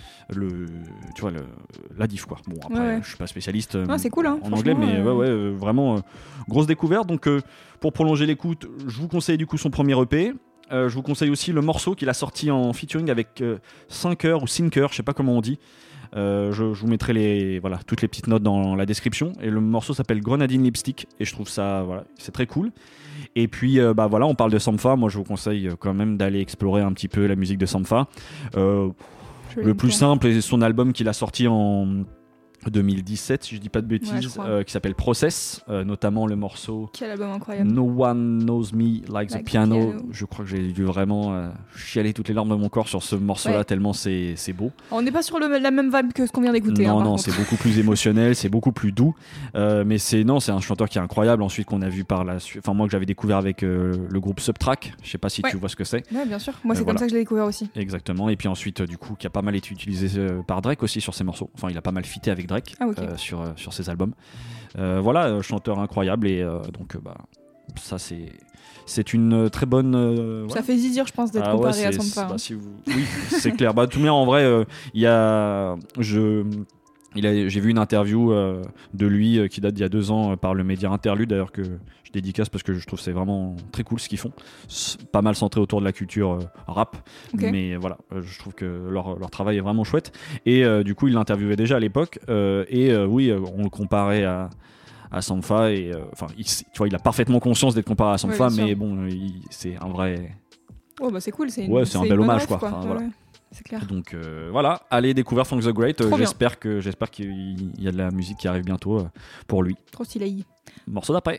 le, tu vois, le, la diff quoi. Bon, après, Ouais, ouais. je suis pas spécialiste euh, Ah, c'est cool, hein, en anglais, franchement, mais euh. ouais, ouais, euh, vraiment euh, grosse découverte. Donc, euh, pour prolonger l'écoute, je vous conseille du coup son premier E P. Euh, je vous conseille aussi le morceau qu'il a sorti en featuring avec euh, Sinker ou Sinker, je sais pas comment on dit. Euh, je, je vous mettrai les, voilà, toutes les petites notes dans la description. Et le morceau s'appelle Grenadine Lipstick. Et je trouve ça, voilà, c'est très cool. Et puis, euh, bah voilà, on parle de Sampha. Moi, je vous conseille quand même d'aller explorer un petit peu la musique de Sampha. Euh, Je le l'aime plus bien. simple est son album qu'il a sorti en deux mille dix-sept, si je dis pas de Ouais, je bêtises, crois. euh, qui s'appelle Process, euh, notamment le morceau Quel album incroyable. No One Knows Me Like, Like the the piano. Piano. Je crois que j'ai dû vraiment euh, chialer toutes les larmes de mon corps sur ce morceau-là, Ouais. tellement c'est, c'est beau. On n'est pas sur le- la même vibe que ce qu'on vient d'écouter. Non, hein, par non, contre. c'est beaucoup plus émotionnel, c'est beaucoup plus doux. Euh, mais c'est non, c'est un chanteur qui est incroyable. Ensuite, qu'on a vu par la suite, enfin moi que j'avais découvert avec euh, le groupe Subtrack. Je sais pas si Ouais. tu vois ce que c'est. Ouais, bien sûr. Moi, Euh, c'est voilà. comme ça que je l'ai découvert aussi. Exactement. Et puis ensuite, euh, du coup, qui a pas mal été utilisé euh, par Drake aussi sur ses morceaux. Enfin, il a pas mal fité avec Drake Ah, ok. euh, sur euh, sur ses albums. Euh, voilà, euh, chanteur incroyable et euh, donc euh, bah ça c'est c'est une euh, très bonne. euh, Ça voilà. fait zizir, je pense, d'être Ah ouais, comparé à c'est- c'est- Sampha. bah, hein. si vous- Oui, c'est clair. Bah, tout bien, en vrai, euh, il y a, je, il a, j'ai vu une interview euh, de lui euh, qui date d'il y a deux ans euh, par le média Interlude, d'ailleurs que je dédicace parce que je trouve que c'est vraiment très cool ce qu'ils font. C'est pas mal centré autour de la culture euh, rap, Ok. mais voilà, euh, je trouve que leur, leur travail est vraiment chouette. Et euh, du coup, il l'interviewait déjà à l'époque, euh, et euh, oui, euh, on le comparait à à Sampha et euh, enfin il, tu vois il a parfaitement conscience d'être comparé à Sampha, bien sûr. mais bon il- c'est un vrai. Oh, bah c'est cool. C'est une- Ouais, c'est un une bel bonne hommage, ref, quoi. quoi. Enfin, Ouais, voilà. ouais. C'est clair. Donc euh, voilà, allez découvrir Funk the Great. Euh, Trop bien. j'espère que j'espère qu'il y a de la musique qui arrive bientôt euh, pour lui. Trop stylé. Morceau d'après.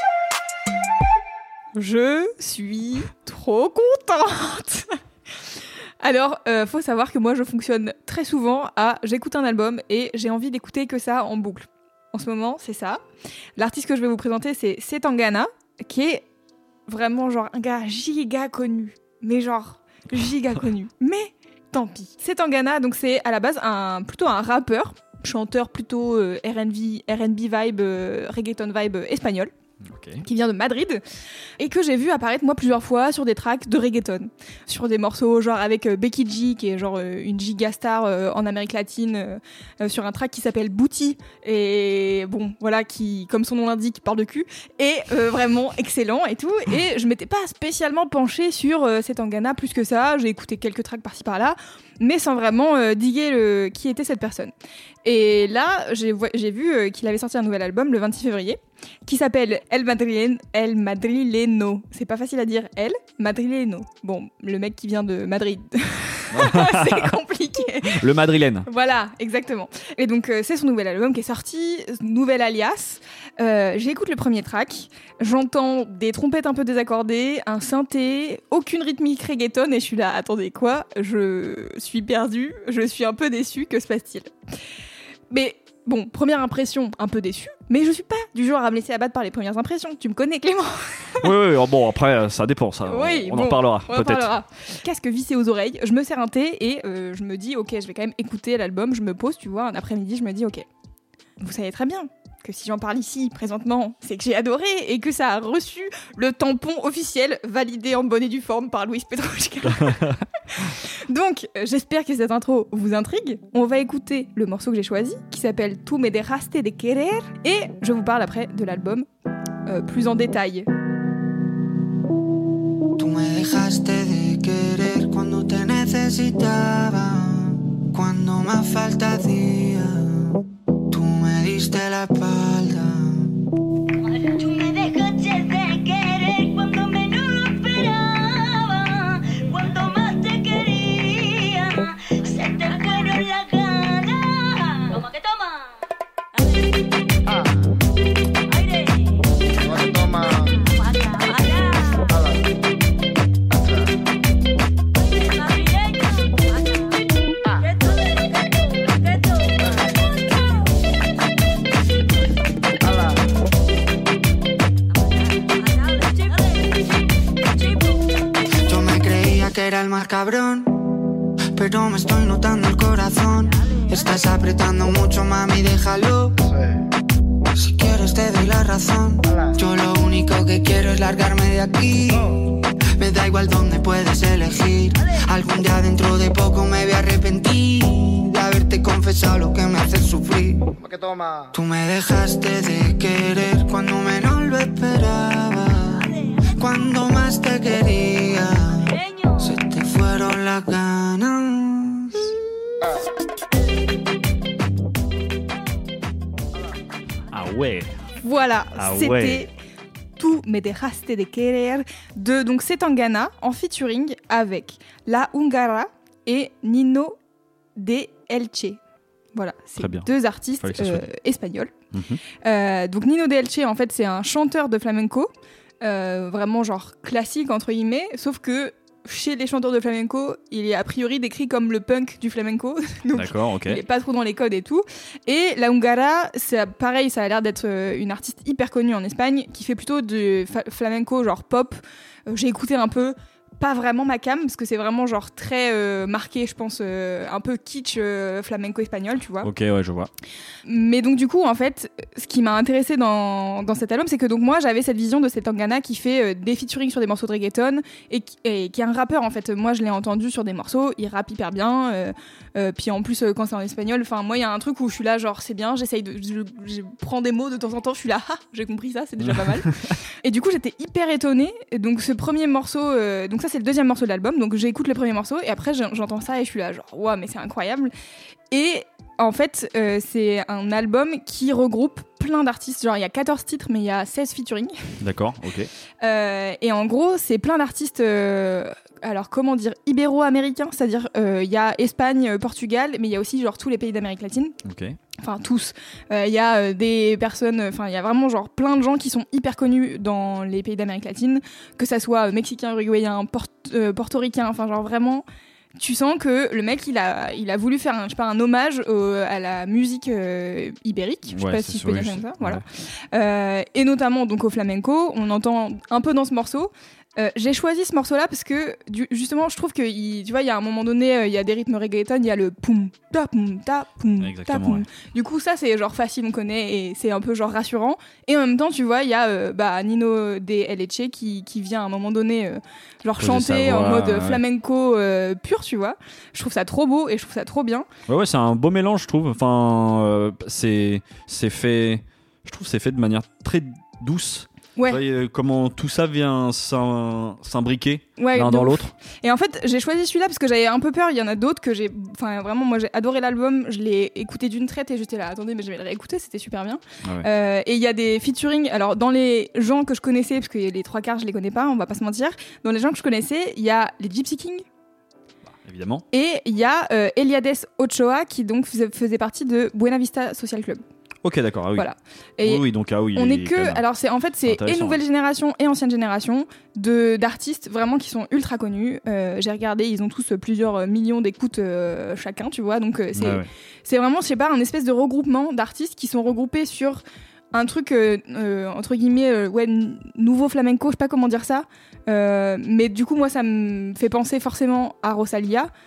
Je suis trop contente. Alors, euh, faut savoir que moi, je fonctionne très souvent à j'écoute un album et j'ai envie d'écouter que ça en boucle. En ce moment, c'est ça. L'artiste que je vais vous présenter, c'est Setangana, qui est vraiment genre un gars giga connu. Mais genre giga connu. Mais tant pis. Setangana, donc c'est à la base un, plutôt un rappeur, chanteur plutôt euh, R and B, R and B vibe, euh, reggaeton vibe euh, espagnol, Ok. qui vient de Madrid, et que j'ai vu apparaître moi plusieurs fois sur des tracks de reggaeton, sur des morceaux genre avec euh, Becky G, qui est genre euh, une giga star euh, en Amérique latine, euh, euh, sur un track qui s'appelle Booty, et bon voilà, qui comme son nom l'indique parle de cul, et euh, vraiment excellent et tout, et je m'étais pas spécialement penchée sur euh, Setangana plus que ça, j'ai écouté quelques tracks par-ci par-là, mais sans vraiment euh, diguer le... qui était cette personne. Et là, j'ai, vo- j'ai vu euh, qu'il avait sorti un nouvel album le vingt-six février, qui s'appelle El Madrilen, El Madrileno. C'est pas facile à dire, El Madrileno. Bon, le mec qui vient de Madrid. C'est compliqué. Le madrilène. Voilà, exactement. Et donc, euh, c'est son nouvel album qui est sorti, nouvel alias. Euh, j'écoute le premier track, j'entends des trompettes un peu désaccordées, un synthé, aucune rythmique reggaeton, et je suis là, attendez, quoi ? Je suis perdue, je suis un peu déçue, que se passe-t-il ? Mais bon, première impression, un peu déçue, mais je suis pas du genre à me laisser abattre par les premières impressions. Tu me connais, Clément ? Oui, oui, oh, bon, après, euh, ça dépend, ça. on- Oui, on, bon, en parlera, On en peut-être. parlera. Casque vissé aux oreilles, je me sers un thé et euh, je me dis, ok, je vais quand même écouter l'album. Je me pose, tu vois, un après-midi, je me dis, ok, vous savez très bien que si j'en parle ici présentement, c'est que j'ai adoré et que ça a reçu le tampon officiel validé en bonne et due forme par Luis Petrushka. Donc, euh, j'espère que cette intro vous intrigue. On va écouter le morceau que j'ai choisi, qui s'appelle Tu me dejaste de querer, et je vous parle après de l'album euh, plus en détail. Tú me dejaste de querer cuando te necesitaba, cuando más falta hacía. Tú me diste la espalda. Tú me dejaste de querer cuando menos lo esperaba, cuando más te quería, se te fueron las ganas. Toma que toma. Ah, Aire. ahora toma. Baja, baja. Ala. Atrás. Aire navideño. Baja. Que tú, que tú, que tú. Ala. Yo me creía que era el más cabrón, pero me estoy notando el corazón. Estás apretando mucho, mami, déjalo. Sí. Si quieres te doy la razón. Yo lo único que quiero es largarme de aquí. Me da igual dónde puedes elegir. Algún día dentro de poco me voy a arrepentir de haberte confesado lo que me hace sufrir. Toma que toma. Tú me dejaste de querer cuando menos lo esperaba, cuando más te quería, se te fueron las ganas. Ah ouais. Voilà, Ah c'était ouais. Tu me dejaste de querer de donc c'est Tangana en featuring avec La Hungara et Nino de Elche. Voilà, c'est Très bien. deux artistes Fallait que ça soit euh, dit. espagnols. Mhm. Euh, donc Nino de Elche, en fait, c'est un chanteur de flamenco, euh, vraiment genre classique entre guillemets, sauf que chez les chanteurs de flamenco, il est a priori décrit comme le punk du flamenco. Donc, D'accord, ok. il n'est pas trop dans les codes et tout. Et La Hungara, c'est pareil, ça a l'air d'être euh, une artiste hyper connue en Espagne qui fait plutôt du fa- flamenco genre pop. Euh, j'ai écouté un peu, pas vraiment ma cam, parce que c'est vraiment genre très euh, marqué, je pense, euh, un peu kitsch euh, flamenco espagnol, tu vois. Ok, ouais, je vois. Mais donc du coup, en fait, ce qui m'a intéressé dans, dans cet album, c'est que donc moi, j'avais cette vision de cet Tangana qui fait euh, des featuring sur des morceaux de reggaeton et qui, et qui est un rappeur, en fait. Moi, je l'ai entendu sur des morceaux, il rappe hyper bien. Euh, euh, puis en plus, euh, quand c'est en espagnol, enfin moi, il y a un truc où je suis là, genre c'est bien, j'essaye de, je, je prends des mots de temps en temps, je suis là, ah, j'ai compris ça, c'est déjà pas mal. Et du coup, j'étais hyper étonnée. Et donc ce premier morceau, euh, donc ça c'est le deuxième morceau de l'album, donc j'écoute le premier morceau et après j'entends ça et je suis là, genre waouh, mais c'est incroyable. Et en fait, euh, c'est un album qui regroupe plein d'artistes. Genre, il y a quatorze titres, mais il y a seize featuring. D'accord, ok. Euh, et en gros, c'est plein d'artistes, euh, alors comment dire, ibéro-américains. C'est-à-dire, euh, il y a Espagne, Portugal, mais il y a aussi genre tous les pays d'Amérique latine. Ok. Enfin, tous. Il euh, y a euh, des personnes, enfin, il y a vraiment genre plein de gens qui sont hyper connus dans les pays d'Amérique latine, que ça soit euh, mexicain, uruguayen, port- euh, portoricain, enfin, genre vraiment... Tu sens que le mec, il a, il a voulu faire un, je sais pas, un hommage au, à la musique euh, ibérique. Je sais Ouais, pas c'est si je sûr, peux dire oui, comme ça. ouais. Voilà. Euh, et notamment donc au flamenco. On entend un peu dans ce morceau. Euh, j'ai choisi ce morceau-là parce que du, justement, je trouve que il, tu vois, il y a un moment donné, euh, il y a des rythmes reggaeton, il y a le poum ta poum ta poum ta Exactement, poum. ouais. Du coup, ça c'est genre facile, on connaît et c'est un peu genre rassurant. Et en même temps, tu vois, il y a euh, bah, Nino de Elche qui, qui vient à un moment donné euh, genre Poser chanter sa en voix, mode ouais. flamenco euh, pur, tu vois. Je trouve ça trop beau et je trouve ça trop bien. Ouais, ouais, c'est un beau mélange, je trouve. Enfin, euh, c'est, c'est fait. Je trouve que c'est fait de manière très douce. Ouais. Vous voyez, euh, comment tout ça vient s'im- s'imbriquer Ouais, l'un de dans ouf. l'autre. Et en fait, j'ai choisi celui-là parce que j'avais un peu peur. Il y en a d'autres que j'ai. Enfin, vraiment, moi, j'ai adoré l'album. Je l'ai écouté d'une traite et j'étais là, attendez, mais je vais le réécouter, c'était super bien. Ah ouais. Euh, et il y a des featuring. Alors, dans les gens que je connaissais, parce que les trois quarts, je les connais pas, on va pas se mentir. Dans les gens que je connaissais, il y a les Gypsy Kings Évidemment. et il y a euh, Eliades Ochoa qui donc faisait, faisait partie de Buena Vista Social Club. Ok, d'accord. Ah oui. Voilà. Et oui, oui, donc ah oui. on il est quand que, même- alors c'est en fait c'est et intéressant, nouvelle ouais. génération et ancienne génération de d'artistes vraiment qui sont ultra connus. Euh, j'ai regardé, ils ont tous plusieurs millions d'écoutes euh, chacun, tu vois. Donc euh, c'est Ouais, ouais. c'est vraiment, je sais pas, un espèce de regroupement d'artistes qui sont regroupés sur un truc euh, euh, entre guillemets euh, ouais n- nouveau flamenco, je sais pas comment dire ça. Euh, mais du coup moi ça me fait penser forcément à Rosalia.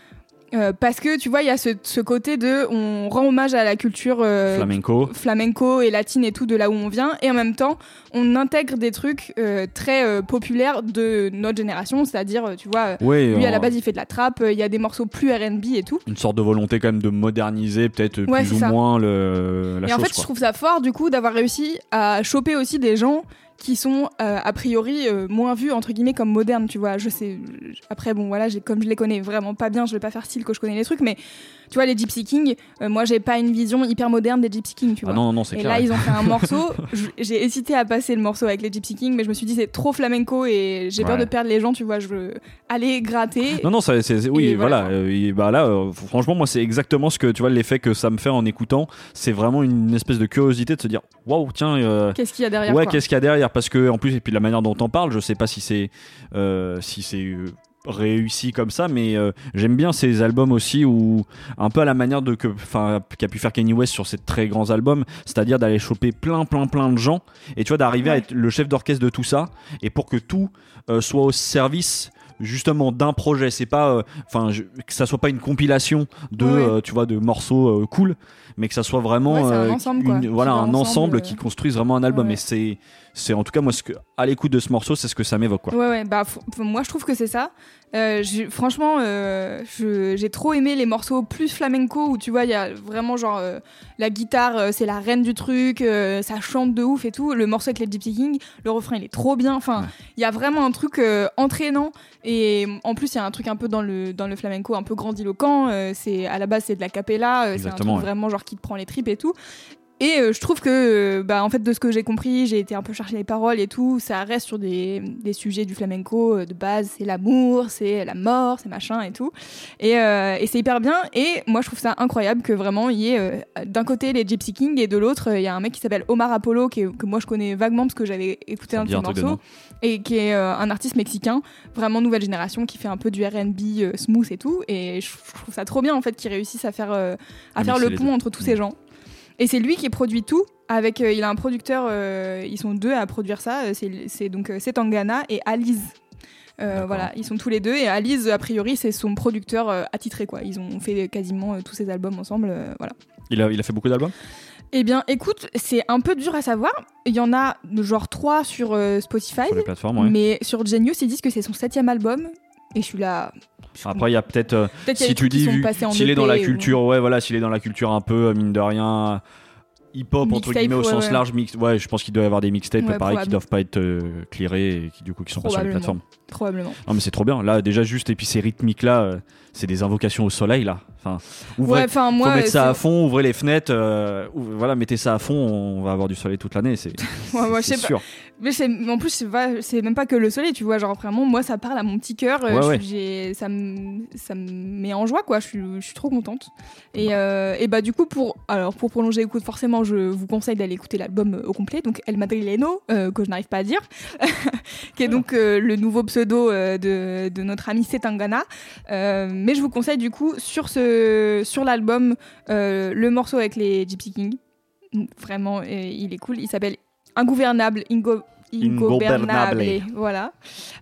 Euh, parce que tu vois, il y a ce, ce côté de on rend hommage à la culture euh, Flamenco. flamenco et latine et tout de là où on vient, et en même temps on intègre des trucs euh, très euh, populaires de notre génération, c'est-à-dire tu vois, Ouais, lui à en- la base il fait de la trappe, il y a des morceaux plus R and B et tout. une sorte de volonté quand même de moderniser peut-être Ouais, plus c'est ou ça. moins le, la et chose. en fait je quoi. trouve ça fort du coup d'avoir réussi à choper aussi des gens qui sont euh, a priori euh, moins vus entre guillemets comme modernes, tu vois. Je sais, après bon voilà, j'ai, comme je les connais vraiment pas bien, je vais pas faire style que je connais les trucs, mais tu vois les Gypsy Kings, euh, moi j'ai pas une vision hyper moderne des Gypsy Kings, tu Ah vois. non, non, non, c'est Et clair. là ils ont fait un morceau, je- j'ai hésité à passer le morceau avec les Gypsy Kings, mais je me suis dit c'est trop flamenco et j'ai peur Ouais. de perdre les gens, tu vois, je veux aller gratter. Non, non, ça, c'est, c'est- oui, Et voilà. voilà. euh, et bah là, euh, franchement, moi, c'est exactement ce que tu vois, l'effet que ça me fait en écoutant. C'est vraiment une espèce de curiosité de se dire, waouh, tiens. euh, Qu'est-ce qu'il y a derrière ouais, quoi. qu'est-ce qu'il y a derrière? Parce que en plus, et puis de la manière dont on parle, je sais pas si c'est, euh, si c'est euh, réussi comme ça, mais euh, j'aime bien ces albums aussi où un peu à la manière de que, enfin, qu'a pu faire Kanye West sur ces très grands albums, c'est-à-dire d'aller choper plein, plein, plein de gens et tu vois d'arriver à Ouais. être le chef d'orchestre de tout ça et pour que tout euh, soit au service justement d'un projet. C'est pas, enfin, euh, que ça soit pas une compilation de, Ouais, ouais. euh, tu vois, de morceaux euh, cool, mais que ça soit vraiment Ouais, c'est un euh, ensemble, quoi, une- qui voilà, va un ensemble, ensemble euh. qui construise vraiment un album. Ouais. Et c'est, c'est en tout cas moi ce que, à l'écoute de ce morceau, c'est ce que ça m'évoque, quoi. Ouais, ouais, bah f- f- moi je trouve que c'est ça. Euh, j'ai- franchement, euh, je- j'ai trop aimé les morceaux plus flamenco où tu vois, il y a vraiment genre euh, la guitare, euh, c'est la reine du truc, euh, ça chante de ouf et tout. Le morceau avec les Gypsy Kings, le refrain il est trop bien. Enfin, il y a vraiment un truc euh, entraînant et en plus il y a un truc un peu dans le, dans le flamenco un peu grandiloquent. Euh, c'est, à la base, c'est de la cappella, euh, c'est un Exactement, truc ouais. vraiment genre qui te prend les tripes et tout. Et euh, je trouve que, euh, bah, en fait, de ce que j'ai compris, j'ai été un peu chercher les paroles et tout, ça reste sur des, des sujets du flamenco euh, de base, c'est l'amour, c'est la mort, c'est machin et tout. Et, euh, et c'est hyper bien. Et moi, je trouve ça incroyable que vraiment il y ait euh, d'un côté les Gypsy Kings et de l'autre, euh, il y a un mec qui s'appelle Omar Apollo, qui est- que moi je connais vaguement parce que j'avais écouté Ça un me de dit ses un truc de morceaux. nom. Et qui est euh, un artiste mexicain, vraiment nouvelle génération, qui fait un peu du R and B euh, smooth et tout. Et je, je trouve ça trop bien en fait qu'ils réussissent à faire, euh, à À faire mixer le les pont deux. entre tous Mm. ces gens. Et c'est lui qui produit tout. Avec, euh, il a un producteur, euh, ils sont deux à produire ça. euh, C'est, c'est donc euh, c'est Tangana et Alize. Euh, D'accord. voilà, ils sont tous les deux et Alize, a priori, c'est son producteur euh, attitré quoi. Ils ont fait quasiment euh, tous ces albums ensemble, euh, voilà. Il a, il a fait beaucoup d'albums. Eh bien, écoute, c'est un peu dur à savoir. Il y en a genre trois sur euh, Spotify, Sur les plateformes, ouais. mais sur Genius, ils disent que c'est son septième album. Et je suis là. je Après, il y a peut-être, euh, Peut-être qu'il y a si des tu trucs qui dis, sont vu- passés en s'il est E P dans la ou- culture, ouais, voilà, s'il est dans la culture un peu, euh, mine de rien, hip-hop, entre Mixtape, guillemets, au ouais, sens ouais. large, mix, ouais, je pense qu'il doit y avoir des mixtapes, Ouais, pareil, qui probable. doivent pas être euh, clearés et qui, du coup, qui sont pas sur les Probablement. plateformes. Probablement. Non, mais c'est trop bien. Là, déjà, juste, et puis ces rythmiques-là, euh, c'est des invocations au soleil, là. Enfin, ouvrez, Ouais, enfin, faut moi. mettre ça c'est- à fond, ouvrez les fenêtres, euh, ouvrez- voilà, mettez ça à fond, on va avoir du soleil toute l'année, c'est, Ouais, moi, je c'est sais pas. sûr. Mais c'est, en plus, c'est, pas- c'est même pas que le soleil, tu vois. Genre, vraiment, moi, ça parle à mon petit cœur. euh, Ouais, je- ouais. j'ai- ça, me, ça me met en joie, quoi. Je suis, je suis trop contente. Et, euh, et bah, du coup, pour, alors, pour prolonger l'écoute, forcément, je vous conseille d'aller écouter l'album euh, au complet. Donc, El Madrileno, euh, que je n'arrive pas à dire, qui est donc euh, le nouveau pseudo euh, de, de notre ami Setangana. Euh, mais je vous conseille, du coup, sur, ce, sur l'album, euh, le morceau avec les Gypsy Kings. Vraiment, euh, il est cool. Il s'appelle Ingouvernable, Ingo, Ingobernable. Ingobernable, voilà.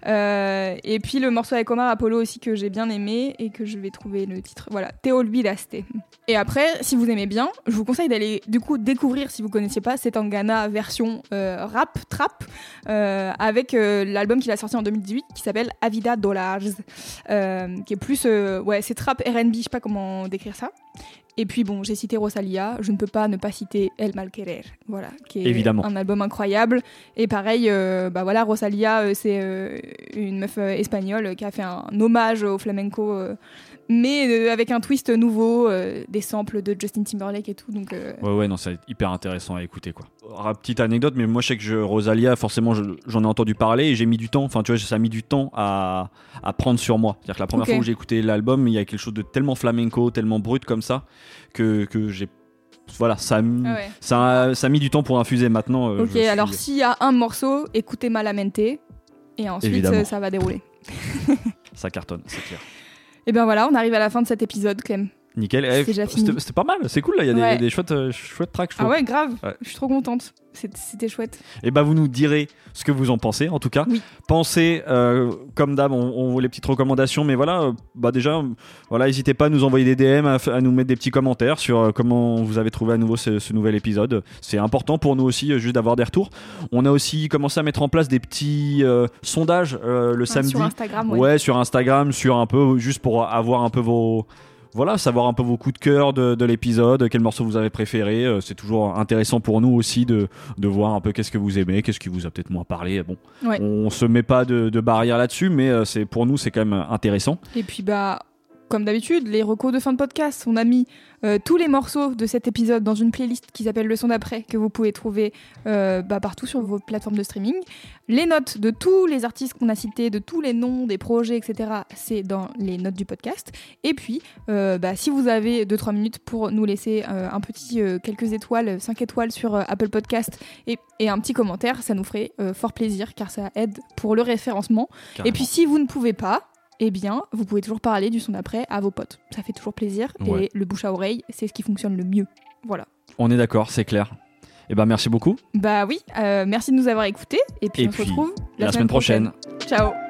Euh, et puis le morceau avec Omar Apollo aussi que j'ai bien aimé et que je vais trouver le titre. Voilà, Te olvidaste. Et après, si vous aimez bien, je vous conseille d'aller du coup découvrir, si vous connaissiez pas, Setangana version euh, rap, trap, euh, avec euh, l'album qu'il a sorti en deux mille dix-huit qui s'appelle Avida Dollars, euh, qui est plus, euh, ouais, c'est trap R and B, je sais pas comment décrire ça. Et puis bon, j'ai cité Rosalia, je ne peux pas ne pas citer El Malquerer, voilà, qui est Évidemment. un album incroyable. Et pareil, euh, bah voilà, Rosalia, euh, c'est euh, une meuf euh, espagnole qui a fait un, un hommage au flamenco, euh, mais euh, avec un twist nouveau, euh, des samples de Justin Timberlake et tout. Donc, euh, Ouais, ouais, non, c'est hyper intéressant à écouter, quoi. Alors, petite anecdote, mais moi, je sais que je, Rosalia, forcément, je- j'en ai entendu parler et j'ai mis du temps, enfin, tu vois, ça a mis du temps à, à prendre sur moi. C'est-à-dire que la première Ok. fois où j'ai écouté l'album, il y a quelque chose de tellement flamenco, tellement brut comme ça, que, que j'ai. Voilà, ça a, mis, ah ouais. ça, a, ça a mis du temps pour infuser maintenant. euh, Ok, je suis- alors s'il y a un morceau, écoutez Malamente, et ensuite Évidemment. euh, ça va dérouler. Ça cartonne, c'est clair. Et bien voilà, on arrive à la fin de cet épisode, Clem. Nickel. Eh, C'est déjà fini. C'était c'était pas mal, c'est cool là, il y a des, Ouais. des chouettes, euh, chouettes tracks. je Ah trouve. ouais, grave. Ouais. Je suis trop contente. C'est- C'était chouette. Et bah vous nous direz ce que vous en pensez en tout cas. Oui. Pensez, euh, comme d'hab, on, on voit les petites recommandations, mais voilà, euh, bah déjà, euh, voilà, n'hésitez pas à nous envoyer des D M, à, f- à nous mettre des petits commentaires sur euh, comment vous avez trouvé à nouveau ce, ce nouvel épisode. C'est important pour nous aussi, euh, juste d'avoir des retours. On a aussi commencé à mettre en place des petits euh, sondages euh, le Hein, samedi. Sur Instagram, ouais. Ouais, sur Instagram, sur un peu, juste pour avoir un peu vos. Voilà, savoir un peu vos coups de cœur de, de l'épisode, quel morceau vous avez préféré. euh, C'est toujours intéressant pour nous aussi de, de voir un peu qu'est-ce que vous aimez, qu'est-ce qui vous a peut-être moins parlé. Bon, Ouais. on se met pas de, de barrière là-dessus, mais euh, c'est pour nous c'est quand même intéressant. Et puis, bah, comme d'habitude, les recos de fin de podcast. On a mis euh, tous les morceaux de cet épisode dans une playlist qui s'appelle Le son d'après, que vous pouvez trouver euh, bah, partout sur vos plateformes de streaming. Les notes de tous les artistes qu'on a cités, de tous les noms des projets, et cetera, c'est dans les notes du podcast. Et puis, euh, bah, si vous avez deux trois minutes pour nous laisser euh, un petit euh, quelques étoiles, cinq étoiles sur euh, Apple Podcast et, et un petit commentaire, ça nous ferait euh, fort plaisir car ça aide pour le référencement. Et puis, si vous ne pouvez pas, eh bien, vous pouvez toujours parler du son d'après à vos potes. Ça fait toujours plaisir. Ouais. Et le bouche à oreille, c'est ce qui fonctionne le mieux. Voilà. On est d'accord, c'est clair. Et ben merci beaucoup. Bah oui, euh, merci de nous avoir écoutés. Et puis Et on puis, se retrouve la, la semaine prochaine. Ciao.